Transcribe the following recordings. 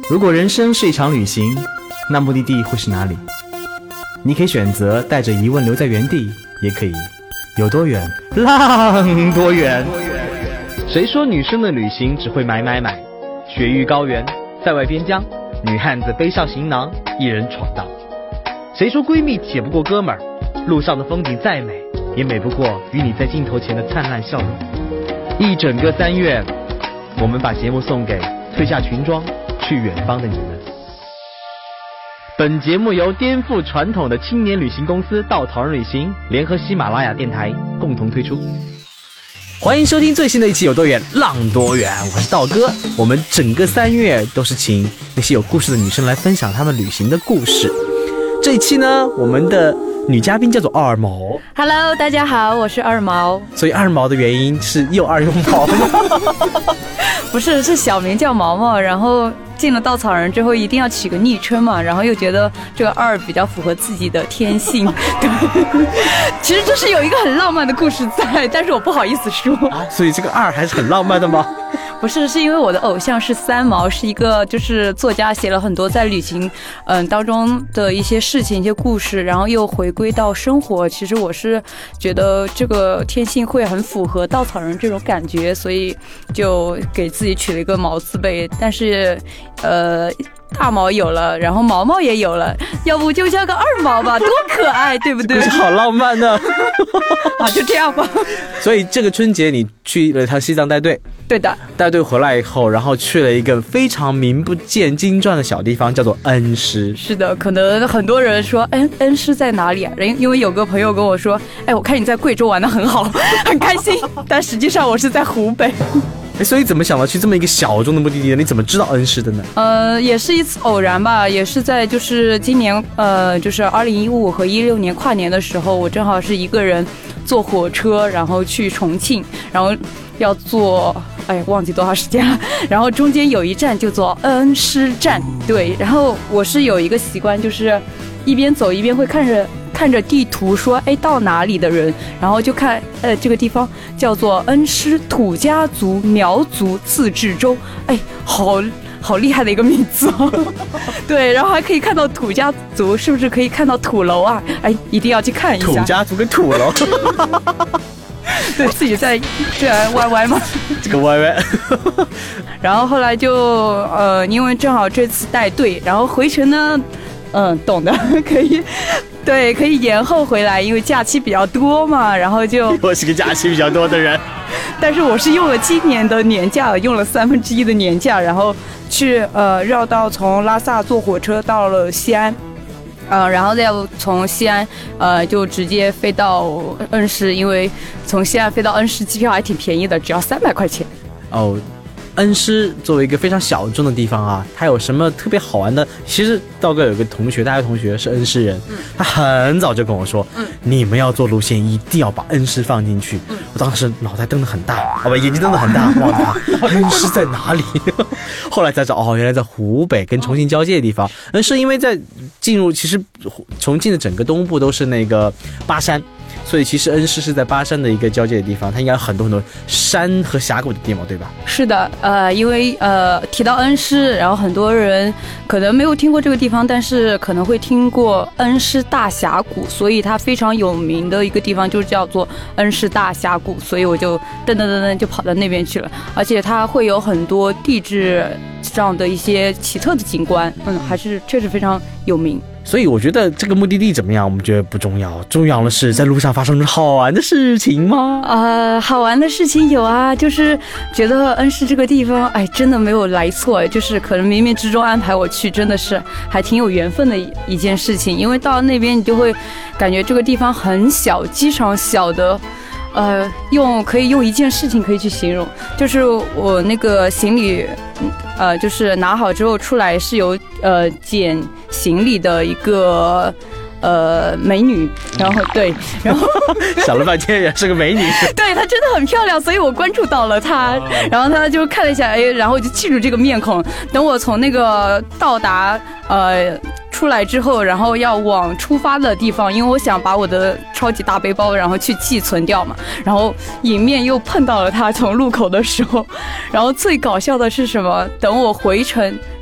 如果人生是一场旅行，那目的地会是哪里？你可以选择带着疑问留在原地，也可以有多远浪多远。谁说女生的旅行只会买？雪域高原，塞外边疆，女汉子背上行囊，一人闯荡。谁说闺蜜铁不过哥们儿？路上的风景再美，也美不过与你在镜头前的灿烂笑容。一整个3月，我们把节目送给褪下裙装去远方的你们。本节目由颠覆传统的青年旅行公司稻草人旅行联合喜马拉雅电台共同推出。欢迎收听最新的一期有多远浪多远，我是道哥。我们整个3月都是请那些有故事的女生来分享她们旅行的故事。这一期呢，我们的女嘉宾叫做二毛。 Hello， 大家好，我是二毛。 所以二毛的原因是又二又毛不是，是小名叫毛毛，然后进了稻草人之后一定要取个昵称嘛，然后又觉得这个二比较符合自己的天性。对，其实这是有一个很浪漫的故事在，但是我不好意思说。 所以这个二还是很浪漫的吗？ 不是，是因为我的偶像是三毛，是一个就是作家，写了很多在旅行当中的一些事情、一些故事，然后又回归到生活。其实我是觉得这个天性会很符合稻草人这种感觉，所以就给自己取了一个毛字辈。但是大毛有了，然后毛毛也有了，要不就叫个二毛吧，多可爱，对不对？ 这是好浪漫呢。 啊，就这样吧。 所以这个春节你去了趟西藏带队。 对的， 带队回来以后，然后去了一个非常名不见经传的小地方，叫做恩施。 是的，可能很多人说恩施在哪里啊？因为有个朋友跟我说，我看你在贵州玩得很好，很开心，但实际上我是在湖北。 所以怎么想到去这么一个小众的目的地呢？你怎么知道恩施的呢？ 也是一次偶然吧，也是在就是今年就是2015和16年跨年的时候，我正好是一个人坐火车，然后去重庆，然后要坐忘记多少时间了，然后中间有一站就坐恩施站。对，然后我是有一个习惯，就是一边走一边会看着地图说到哪里的人，然后就看这个地方叫做恩施土家族苗族自治州，好厉害的一个名字哦。对，然后还可以看到土家族，是不是可以看到土楼啊？一定要去看一下土家族跟土楼。 对，自己在歪歪嘛， 这个歪歪。 然后后来就因为正好这次带队，然后回程呢懂的，可以延后回来，因为假期比较多嘛，然后就我是个假期比较多的人， 但是我是用了今年的年假，用了1/3的年假，然后去绕道从拉萨坐火车到了西安，然后再从西安就直接飞到恩施，因为从西安飞到恩施机票还挺便宜的，只要300块钱。 哦。恩施作为一个非常小众的地方啊，它有什么特别好玩的？其实道哥有个同学，大学同学是恩施人，他很早就跟我说，你们要做路线一定要把恩施放进去。我当时脑袋瞪得很大，眼睛瞪得很大，哇，恩施在哪里？后来才知道，原来在湖北跟重庆交界的地方。恩施因为在进入，其实重庆的整个东部都是那个巴山。所以其实恩施是在巴山的一个交界的地方，它应该有很多山和峡谷的地方，对吧？是的， 因为提到恩施，然后很多人可能没有听过这个地方，但是可能会听过恩施大峡谷，所以它非常有名的一个地方就叫做恩施大峡谷，所以我就噔就跑到那边去了，而且它会有很多地质上的一些奇特的景观，还是确实非常有名。 所以我觉得这个目的地怎么样我们觉得不重要，重要的是在路上发生了好玩的事情吗？ 好玩的事情有啊，就是觉得恩施这个地方真的没有来错，就是可能冥冥之中安排我去，真的是还挺有缘分的一件事情。因为到那边你就会感觉这个地方很小，机场小的可以用一件事情可以去形容，就是我那个行李就是拿好之后出来是有捡行李的一个美女，然后想了半天也是个美女。 对，她真的很漂亮，所以我关注到了她，然后她就看了一下，然后我就记住这个面孔。等我从那个到达出来之后，然后要往出发的地方，因为我想把我的超级大背包然后去寄存掉嘛，然后迎面又碰到了她，从路口的时候。然后最搞笑的是什么？等我回程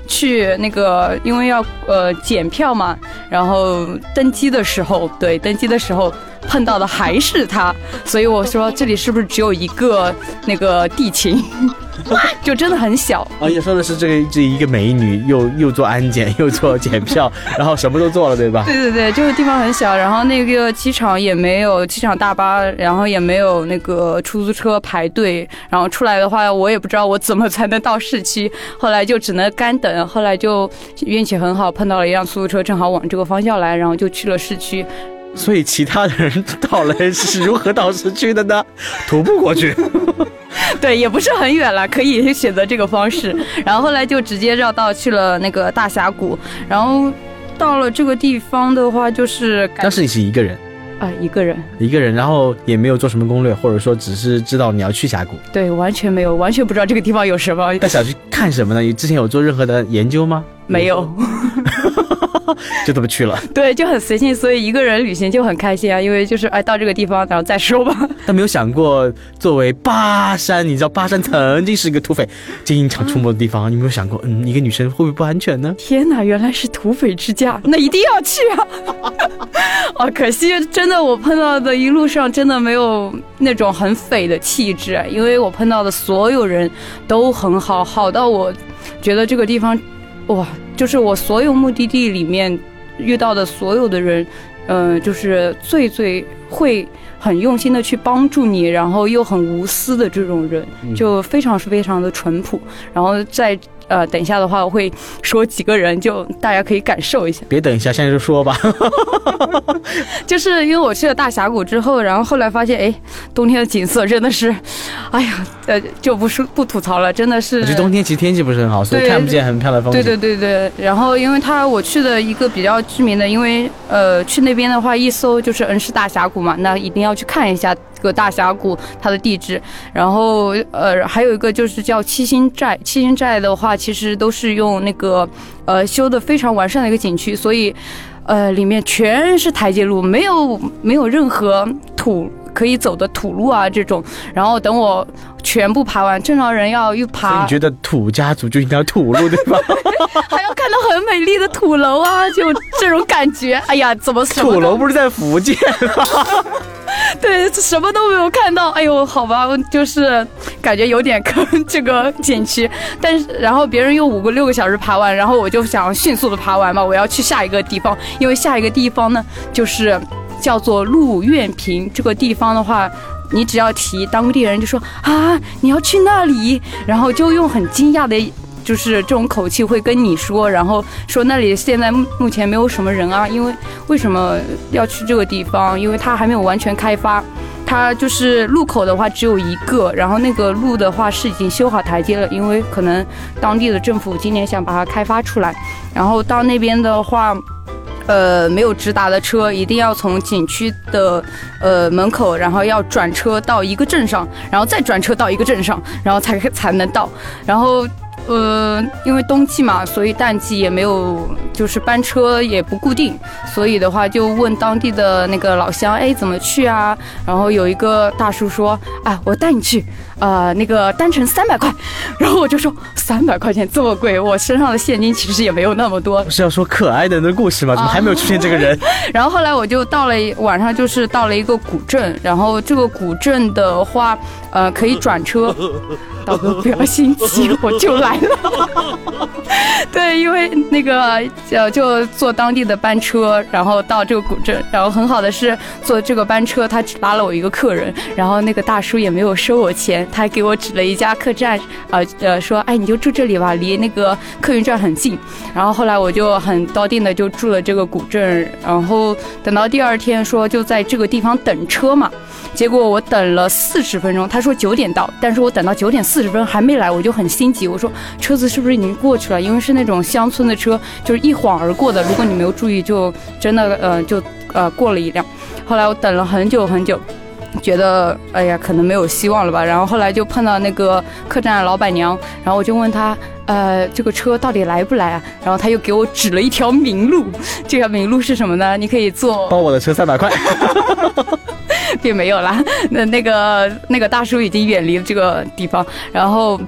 去那个，因为要检票嘛，然后登机的时候碰到的还是他，所以我说这里是不是只有一个那个地勤，就真的很小。 也说的是这一个美女又做安检又做检票，然后什么都做了，对吧？ 对对对，这个地方很小，然后那个机场也没有机场大巴，然后也没有那个出租车排队，然后出来的话我也不知道我怎么才能到市区，后来就只能干等，后来就运气很好碰到了一辆出租车，正好往这个方向来，然后就去了市区。 所以其他的人到了是如何到市区的呢？徒步过去。 对，也不是很远了，可以选择这个方式。然后后来就直接绕道去了那个大峡谷，然后到了这个地方的话，就是当时你是一个人一个人， 然后也没有做什么攻略，或者说只是知道你要去峡谷。 对，完全没有，完全不知道这个地方有什么。 那想去看什么呢？你之前有做任何的研究吗？ 没有。 就这么去了。对， 就很随性，所以一个人旅行就很开心啊，因为就是到这个地方然后再说吧。 但没有想过作为巴山，你知道巴山曾经是一个土匪经常出没的地方，你没有想过一个女生会不会不安全呢？ 天哪，原来是土匪之家，那一定要去啊。可惜真的我碰到的一路上真的没有那种很匪的气质，因为我碰到的所有人都很好，好到我觉得这个地方哇，就是我所有目的地里面遇到的所有的人，就是最会很用心的去帮助你，然后又很无私的这种人，就非常的淳朴。然后等一下的话我会说几个人，就大家可以感受一下。 别等一下，现在就说吧。 就是因为我去了大峡谷之后，然后后来发现冬天的景色真的是就不吐槽了，真的是。 就冬天其实天气不是很好，所以看不见很漂亮的风景。 对。然后因为我去的一个比较知名的，因为去那边的话一搜就是恩施大峡谷嘛，那一定要去看一下这个大峡谷它的地质。然后还有一个就是叫七星寨，七星寨的话其实都是用那个修的非常完善的一个景区，所以里面全是台阶路，没有任何可以走的土路啊这种。然后等我全部爬完，正常人要一爬。 所以你觉得土家族就应该有土路对吧？ 还要看到很美丽的土楼啊，就这种感觉。哎呀，怎么土楼不是在福建吗？ 对，什么都没有看到。哎呦，好吧，就是感觉有点坑这个景区。但是然后别人用5个6个小时爬完，然后我就想迅速的爬完嘛，我要去下一个地方，因为下一个地方呢就是叫做鹿苑坪。这个地方的话，你只要提，当地人就说你要去那里，然后就用很惊讶的就是这种口气会跟你说，然后说那里现在目前没有什么人啊，因为什么要去这个地方？因为它还没有完全开发，它就是路口的话只有一个，然后那个路的话是已经修好台阶了，因为可能当地的政府今年想把它开发出来，然后到那边的话。没有直达的车，一定要从景区的门口，然后要转车到一个镇上，然后再转车到一个镇上，然后才能到。然后因为冬季嘛，所以淡季也没有，就是班车也不固定，所以的话就问当地的那个老乡，怎么去啊？然后有一个大叔说，我带你去，那个单程300块。然后我就说300块钱这么贵，我身上的现金其实也没有那么多。 不是要说可爱的人的故事吗？怎么还没有出现这个人？ 然后后来我就晚上就是到了一个古镇，然后这个古镇的话，可以转车。导哥不要心急，我就来了。对，因为那个就坐当地的班车，然后到这个古镇，然后很好的是坐这个班车，他只拉了我一个客人，然后那个大叔也没有收我钱，他还给我指了一家客栈，说你就住这里吧，离那个客运站很近。然后后来我就很笃定的就住了这个古镇，然后等到第二天说就在这个地方等车嘛，结果我等了40分钟，他说9点到，但是我等到9点40分还没来，我就很心急，我说车子是不是已经过去了？因为是那种乡村的车，就是一晃而过的，如果你没有注意，就真的过了一辆。后来我等了很久很久，觉得可能没有希望了吧。然后后来就碰到那个客栈的老板娘，然后我就问她这个车到底来不来啊？然后她又给我指了一条明路，这条明路是什么呢？你可以坐包我的车300块。 并没有啦，那个大叔已经远离了这个地方，然后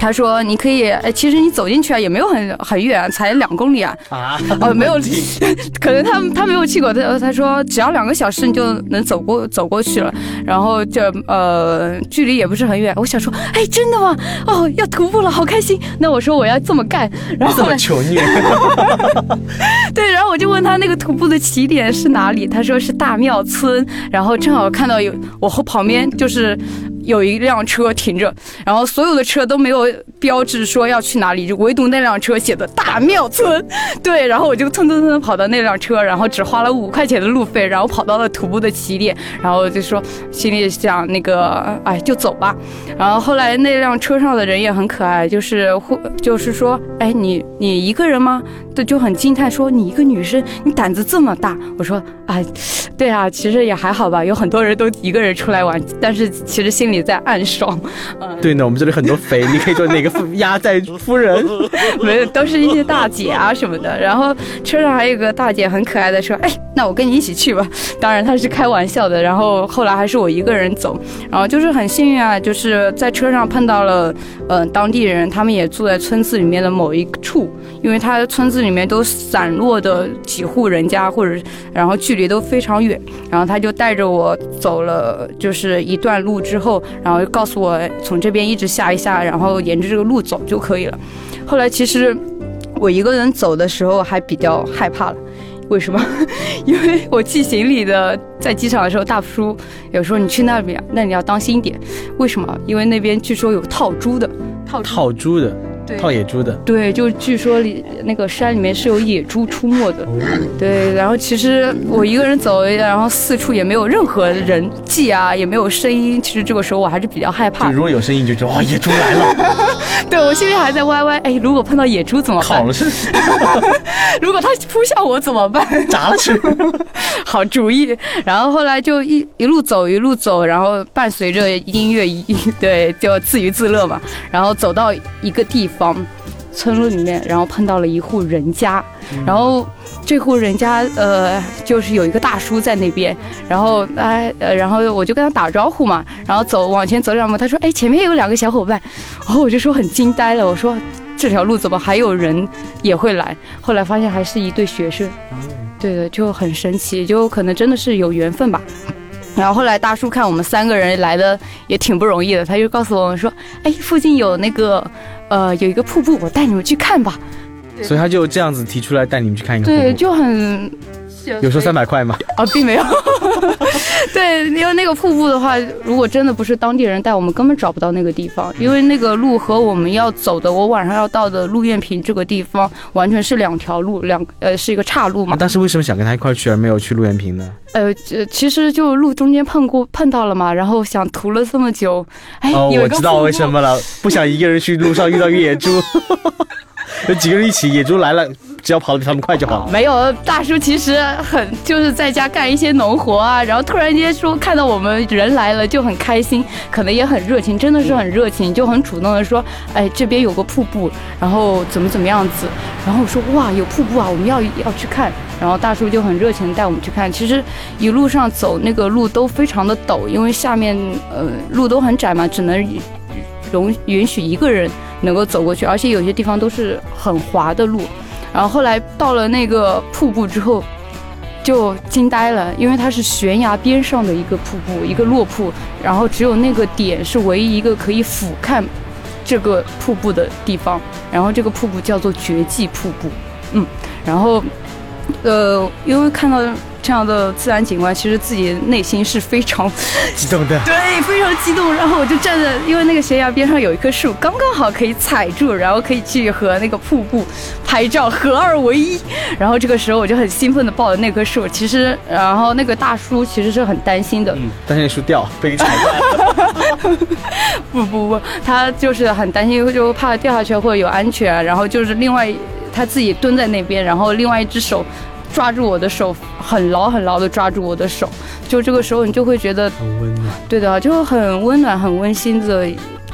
他说你可以，其实你走进去啊，也没有很远，才2公里啊。没有，可能他没有去过。他说只要2个小时你就能走过去了，然后距离也不是很远。我想说，真的吗？哦，要徒步了，好开心。那我说我要这么干，然后这么求虐。 对，然后我就问他那个徒步的起点是哪里，他说是大庙村，然后正好看到我旁边就是有一辆车停着，然后所有的车都没有标志说要去哪里，就唯独那辆车写的大庙村。对，然后我就蹭跑到那辆车，然后只花了5块钱的路费，然后跑到了徒步的起点，然后就说心里想那个就走吧。然后后来那辆车上的人也很可爱，就是说你一个人吗？对，就很惊叹说你一个女生你胆子这么大。我说对啊，其实也还好吧，有很多人都一个人出来玩，但是其实心里在暗爽。 对呢，我们这里很多肥，你可以做哪个压寨夫人？ 没有，都是一些大姐啊什么的。然后车上还有个大姐很可爱的说，那我跟你一起去吧。当然她是开玩笑的。然后后来还是我一个人走，然后就是很幸运啊，就是在车上碰到了当地人，他们也住在村子里面的某一处，因为他村子里面都散落的几户人家，然后距离都非常远，然后他就带着我走了就是一段路之后，然后告诉我从这边一直下一下，然后沿着这个路走就可以了。后来其实我一个人走的时候还比较害怕了。为什么？因为我寄行李的，在机场的时候，大叔有说你去那边，那你要当心一点。为什么？因为那边据说有套猪的， 套猪的。套野猪的，对， 就据说那个山里面是有野猪出没的，对。然后其实我一个人走，然后四处也没有任何人迹啊，也没有声音。其实这个时候我还是比较害怕。 如果有声音，就觉得野猪来了。 对，我心里还在歪歪，如果碰到野猪怎么办？ 烤了是。 如果它扑向我怎么办？ 炸了吃。 好主意。然后后来就一路走，然后伴随着音乐，对，就自娱自乐嘛。然后走到一个地方。村落里面，然后碰到了一户人家，然后这户人家就是有一个大叔在那边，然后然后我就跟他打招呼嘛，然后往前走2步，他说前面有2个小伙伴，然后我就说很惊呆了，我说这条路怎么还有人也会来？后来发现还是一对学生，对的，就很神奇，就可能真的是有缘分吧。然后后来大叔看我们3个人来的也挺不容易的，他就告诉我们说，附近有那个有一个瀑布，我带你们去看吧。 所以他就这样子提出来带你们去看一个瀑布。 对，就很有说300块吗？ 并没有。对，因为那个瀑布的话，如果真的不是当地人带我们，根本找不到那个地方，因为那个路和我们要走的我晚上要到的陆苑坪这个地方完全是2条路，是一个岔路嘛。 但是为什么想跟他一块去而没有去陆苑坪呢？ 其实就路中间碰到了嘛，然后想图了这么久， 我知道为什么了，不想一个人去路上遇到野猪。有几个人一起，野猪来了，只要跑得比他们快就好。 没有，大叔其实就是在家干一些农活啊，然后突然间说看到我们人来了就很开心，可能也很热情，真的是很热情，就很主动的说，这边有个瀑布，然后怎么样子，然后我说哇有瀑布啊，我们要去看，然后大叔就很热情的带我们去看。其实一路上走那个路都非常的陡，因为下面路都很窄嘛，只能允许一个人能够走过去，而且有些地方都是很滑的路。然后后来到了那个瀑布之后就惊呆了，因为它是悬崖边上的一个瀑布，一个落瀑，然后只有那个点是唯一一个可以俯瞰这个瀑布的地方，然后这个瀑布叫做绝迹瀑布。然后因为看到这样的自然景观，其实自己内心是非常激动的， 对，非常激动。然后我就站在，因为那个悬崖边上有一棵树，刚刚好可以踩住，然后可以去和那个瀑布拍照，合二为一。然后这个时候我就很兴奋的抱着那棵树，其实，然后那个大叔其实是很担心的， 担心树掉被你踩断。 不，他就是很担心，就怕掉下去或者有安全。然后就是另外他自己蹲在那边，然后另外一只手抓住我的手，很牢很牢的抓住我的手，就这个时候你就会觉得很温暖， 对的，就很温暖很温馨的，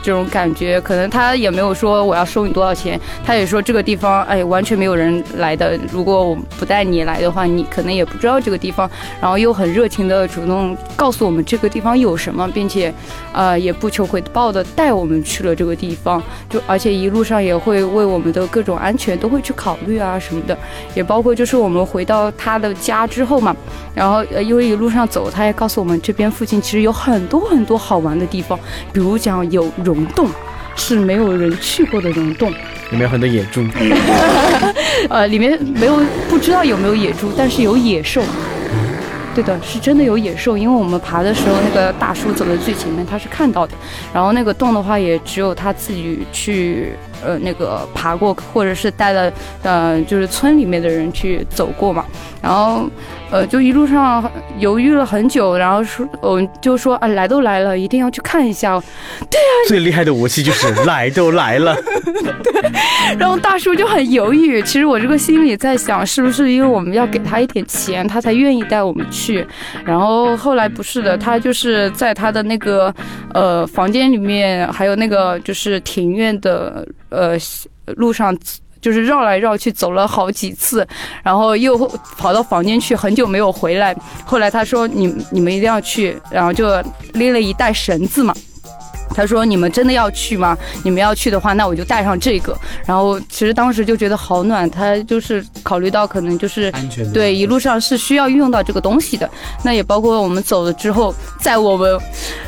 这种感觉。可能他也没有说我要收你多少钱，他也说这个地方完全没有人来的，如果我不带你来的话，你可能也不知道这个地方，然后又很热情的主动告诉我们这个地方有什么，并且也不求回报的带我们去了这个地方，就而且一路上也会为我们的各种安全都会去考虑啊什么的，也包括就是我们回到他的家之后嘛，然后因为一路上走，他也告诉我们这边附近其实有很多很多好玩的地方，比如讲有溶洞，是没有人去过的溶洞， 里面有很多野猪里面没有，不知道有没有野猪，但是有野兽。对的，是真的有野兽，因为我们爬的时候，那个大叔走在最前面，他是看到的。然后那个洞的话，也只有他自己去那个爬过，或者是带了就是村里面的人去走过嘛。然后就一路上犹豫了很久，然后我们就说来都来了，一定要去看一下。对啊， 最厉害的武器就是来都来了。 对，然后大叔就很犹豫。其实我这个心里在想，是不是因为我们要给他一点钱，他才愿意带我们去？然后后来不是的，他就是在他的那个房间里面，还有那个就是庭院的路上。就是绕来绕去走了好几次，然后又跑到房间去，很久没有回来。后来他说你们一定要去，然后就拎了一袋绳子嘛。他说你们真的要去吗？你们要去的话，那我就带上这个。然后其实当时就觉得好暖，他就是考虑到可能就是安全， 对，一路上是需要用到这个东西的。那也包括我们走了之后，在我们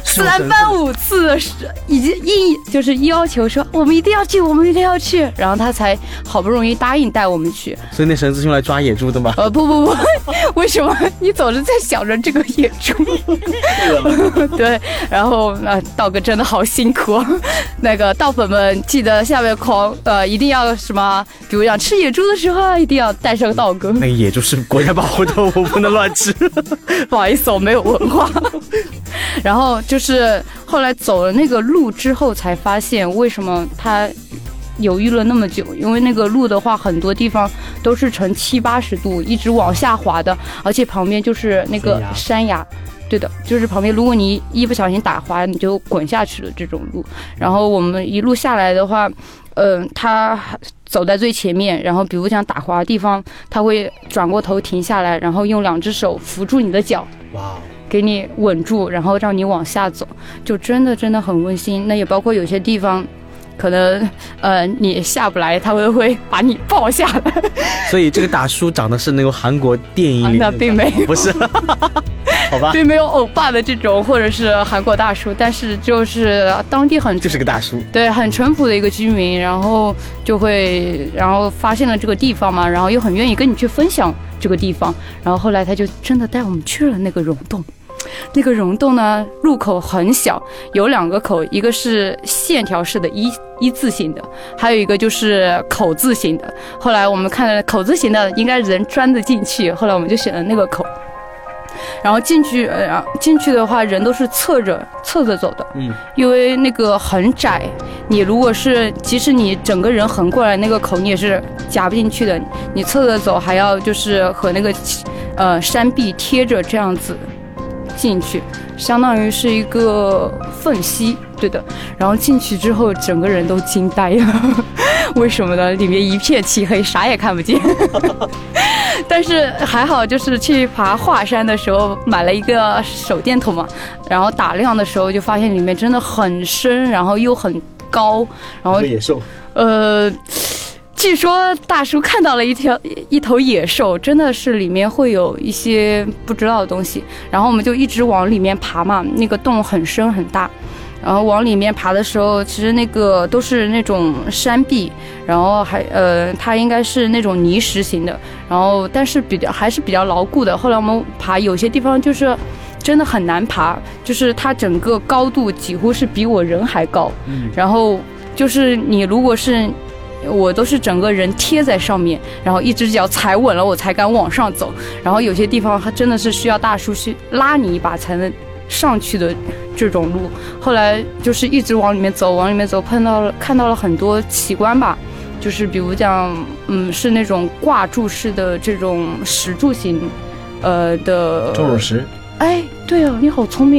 3番5次的已经就是要求说我们一定要去，我们一定要去，然后他才好不容易答应带我们去。 所以那绳子是用来抓野猪的吗？ 不，为什么你总是在想着这个野猪？对，然后道哥真的好辛苦，那个道粉们记得下面一定要什么，比如讲吃野猪的时候一定要带上道哥。 那个野猪是国家保护动物，不能乱吃。 不好意思，我没有文化。然后就是后来走了那个路之后，才发现为什么他犹豫了那么久，因为那个路的话，很多地方都是呈70-80度一直往下滑的，而且旁边就是那个山崖。对的，就是旁边，如果你一不小心打滑，你就滚下去了这种路。然后我们一路下来的话，他走在最前面，然后比如讲打滑的地方，他会转过头停下来，然后用2只手扶住你的脚，哇，给你稳住，然后让你往下走，就真的很温馨。那也包括有些地方。可能你下不来，他会把你抱下来。 所以这个大叔长得是那个韩国电影里那并没有， 不是，好吧， 并没有欧巴的这种或者是韩国大叔，但是就是当地就是个大叔， 对，很淳朴的一个居民，然后然后发现了这个地方嘛，然后又很愿意跟你去分享这个地方，然后后来他就真的带我们去了那个溶洞。那个溶洞呢，入口很小，有2个口，一个是线条式的一字形的，还有一个就是口字形的。后来我们看了口字形的，应该人钻得进去，后来我们就选了那个口。然后进去的话，人都是侧着走的，因为那个很窄，你如果是即使你整个人横过来，那个口你也是夹不进去的，你侧着走还要就是和那个山壁贴着这样子。进去相当于是一个缝隙，对的。然后进去之后，整个人都惊呆了。为什么呢？里面一片漆黑，啥也看不见。但是还好，就是去爬华山的时候买了一个手电筒嘛，然后打亮的时候就发现里面真的很深，然后又很高，然后野兽， 据说大叔看到了一头野兽，真的是里面会有一些不知道的东西。然后我们就一直往里面爬嘛，那个洞很深很大。然后往里面爬的时候，其实那个都是那种山壁，然后它应该是那种泥石型的，然后但是还是比较牢固的。后来我们爬有些地方就是真的很难爬，就是它整个高度几乎是比我人还高，然后就是你如果是。我都是整个人贴在上面，然后一只脚踩稳了，我才敢往上走。然后有些地方它真的是需要大叔去拉你一把才能上去的这种路。后来就是一直往里面走，看到了很多奇观吧，就是比如讲，是那种挂柱式的这种石柱形，的钟乳石。哎，对哦，你好聪明啊！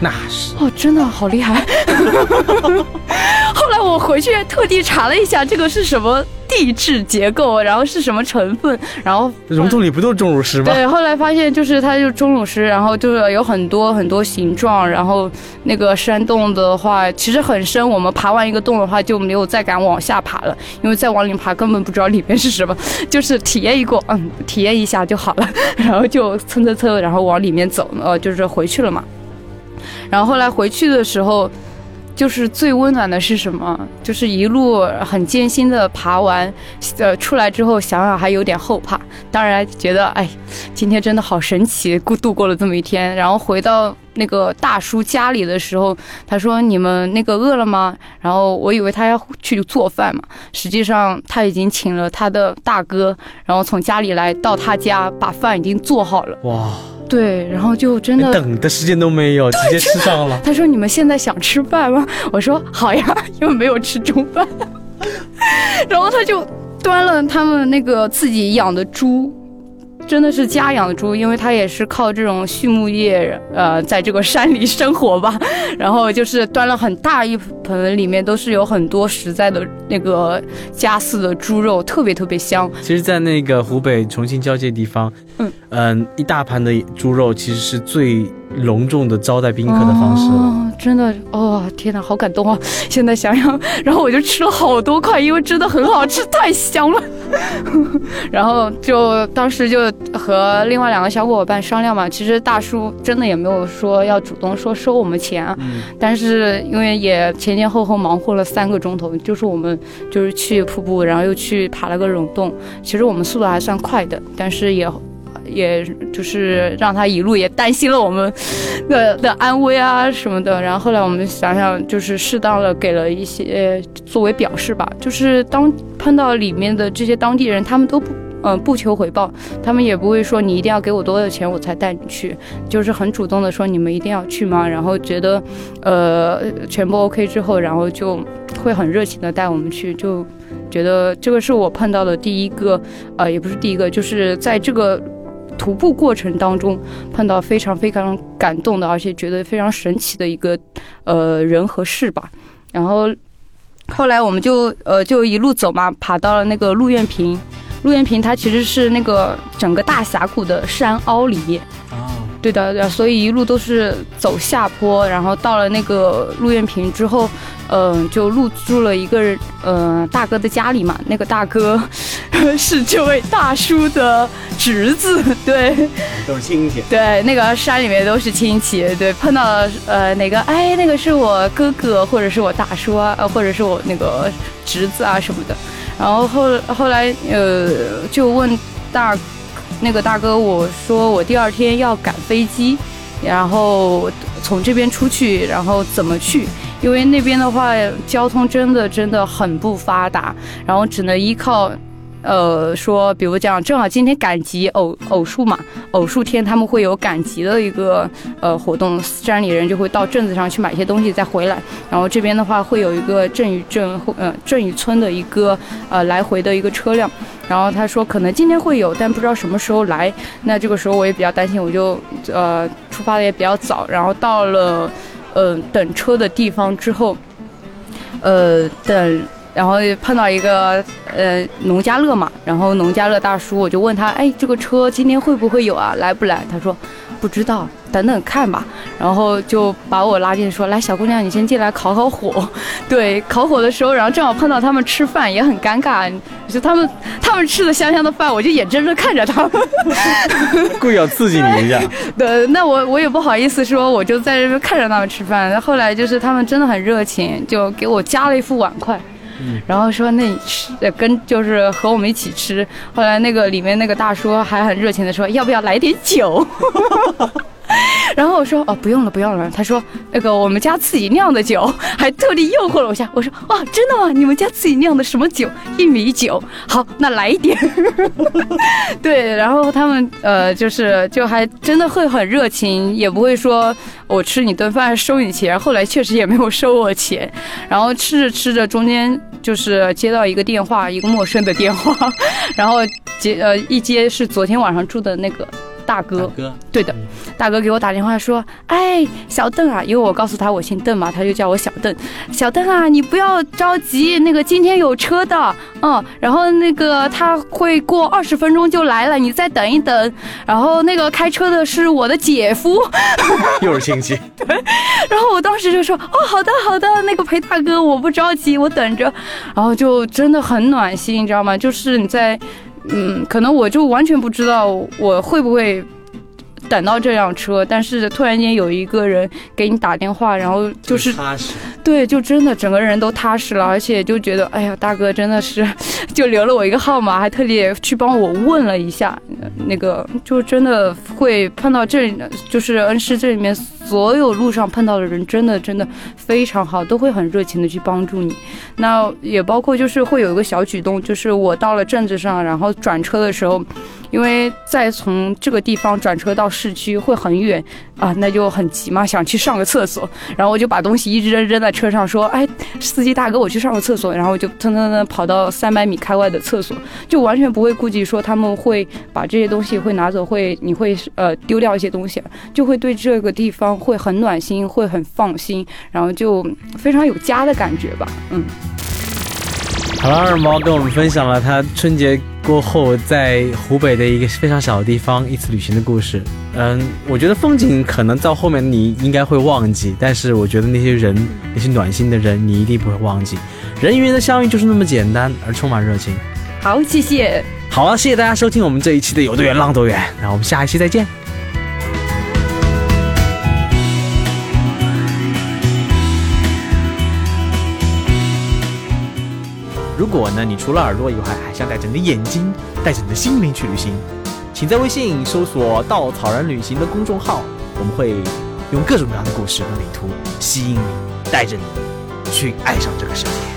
那是哦，真的好厉害。后来我回去特地查了一下，这个是什么地质结构，然后是什么成分，然后溶洞里不都是钟乳石吗？ 对，后来发现就是它就是钟乳石，然后就是有很多很多形状，然后那个山洞的话其实很深，我们爬完一个洞的话就没有再敢往下爬了，因为再往里爬根本不知道里面是什么，就是体验一下就好了，然后就蹭，然后往里面走，就是回去了嘛。然后后来回去的时候，就是最温暖的是什么？就是一路很艰辛的爬完，出来之后想想还有点后怕，当然觉得哎，今天真的好神奇，度过了这么一天。然后回到那个大叔家里的时候，他说你们那个饿了吗？然后我以为他要去做饭嘛，实际上他已经请了他的大哥，然后从家里来到他家把饭已经做好了。 哇， 对，然后就真的等的时间都没有，直接吃上了。 他说你们现在想吃饭吗？我说好呀，因为没有吃中饭。然后他就端了他们那个自己养的猪，真的是家养的猪，因为他也是靠这种畜牧业在这个山里生活吧。然后就是端了很大一盆，里面都是有很多实在的那个家饲的猪肉，特别特别香。 其实在那个湖北重庆交界地方，一大盘的猪肉其实是最隆重的招待宾客的方式了。 真的天哪，好感动啊！现在想想，然后我就吃了好多块，因为真的很好吃，太香了。然后就当时就和另外2个小伙伴商量嘛，其实大叔真的也没有说要主动说收我们钱啊，但是因为也前前后后忙活了3个钟头，就是我们就是去瀑布，然后又去爬了个溶洞，其实我们速度还算快的，但是也就是让他一路也担心了我们的安危啊什么的。然后后来我们想想，就是适当的给了一些作为表示吧，就是当碰到里面的这些当地人，他们都不求回报，他们也不会说你一定要给我多少钱我才带你去，就是很主动的说你们一定要去吗？然后觉得全部 OK 之后，然后就会很热情的带我们去，就觉得这个是我碰到的第一个也不是第一个，就是在这个徒步过程当中碰到非常非常感动的，而且觉得非常神奇的一个人和事吧。然后后来我们就一路走嘛，爬到了那个鹿苑坪。鹿苑坪它其实是那个整个大峡谷的山凹里面。对的，所以一路都是走下坡，然后到了那个鹿苑坪之后，就入住了一个大哥的家里嘛。那个大哥是这位大叔的侄子，对， 都是亲戚。 对，那个山里面都是亲戚。对，碰到哪个那个是我哥哥，或者是我大叔啊，或者是我那个侄子啊什么的。然后后来就问那个大哥，我说我第2天要赶飞机，然后从这边出去，然后怎么去？因为那边的话交通真的很不发达，然后只能依靠说比如讲正好今天赶集偶数嘛，偶数天他们会有赶集的一个活动，山里人就会到镇子上去买一些东西再回来，然后这边的话会有一个镇与村的一个来回的一个车辆，然后他说可能今天会有，但不知道什么时候来。那这个时候我也比较担心，我就出发的也比较早，然后到了等车的地方之后，然后碰到一个农家乐嘛，然后农家乐大叔，我就问他，这个车今天会不会有啊？来不来？他说不知道，等等看吧。然后就把我拉进去说，来，小姑娘，你先进来烤火。对，烤火的时候，然后正好碰到他们吃饭，也很尴尬。就他们吃的香香的饭，我就眼睁睁看着他们， 故意要刺激你一下。 对，那我也不好意思说，我就在这边看着他们吃饭。后来就是他们真的很热情，就给我夹了一副碗筷。然后说那你吃就是和我们一起吃。后来那个里面那个大叔还很热情的说，要不要来点酒？然后我说不用了。他说那个我们家自己酿的酒，还特地诱惑了我一下。我说真的吗？你们家自己酿的什么酒？薏米酒。好，那来一点。对，然后他们就还真的会很热情，也不会说我吃你顿饭收你钱。后来确实也没有收我钱。然后吃着中间就是接到一个电话，一个陌生的电话，然后一接是昨天晚上住的那个大哥， 大哥， 对的，大哥给我打电话说，哎，小邓啊，因为我告诉他我姓邓嘛，他就叫我小邓。小邓啊，你不要着急，那个今天有车的，然后那个他会过20分钟就来了，你再等一等。然后那个开车的是我的姐夫， 又是亲戚。 对，然后我当时就说，哦，好的好的，那个裴大哥，我不着急，我等着。然后就真的很暖心，你知道吗？就是你在。可能我就完全不知道我会不会等到这辆车，但是突然间有一个人给你打电话，然后就是踏实， 对，就真的整个人都踏实了，而且就觉得，哎呀，大哥真的是就留了我一个号码，还特地去帮我问了一下，那个就真的会碰到就是恩施这里面所有路上碰到的人，真的非常好，都会很热情的去帮助你。那也包括就是会有一个小举动，就是我到了镇子上，然后转车的时候，因为再从这个地方转车到市区会很远啊，那就很急嘛，想去上个厕所，然后我就把东西一直扔在车上，说，哎，司机大哥，我去上个厕所，然后我就腾跑到300米开外的厕所，就完全不会顾及说他们会把这些东西会拿走，你会丢掉一些东西，就会对这个地方会很暖心，会很放心，然后就非常有家的感觉吧。 好了，二毛跟我们分享了他春节过后在湖北的一个非常小的地方一次旅行的故事。我觉得风景可能到后面你应该会忘记，但是我觉得那些人，那些暖心的人，你一定不会忘记。人与人的相遇就是那么简单而充满热情。 好，谢谢。 好了，谢谢大家收听我们这一期的有多远浪多远，然后我们下一期再见。如果呢，你除了耳朵以外，还想带着你的眼睛，带着你的心灵去旅行，请在微信搜索“稻草人旅行”的公众号，我们会用各种各样的故事和旅途吸引你，带着你去爱上这个世界。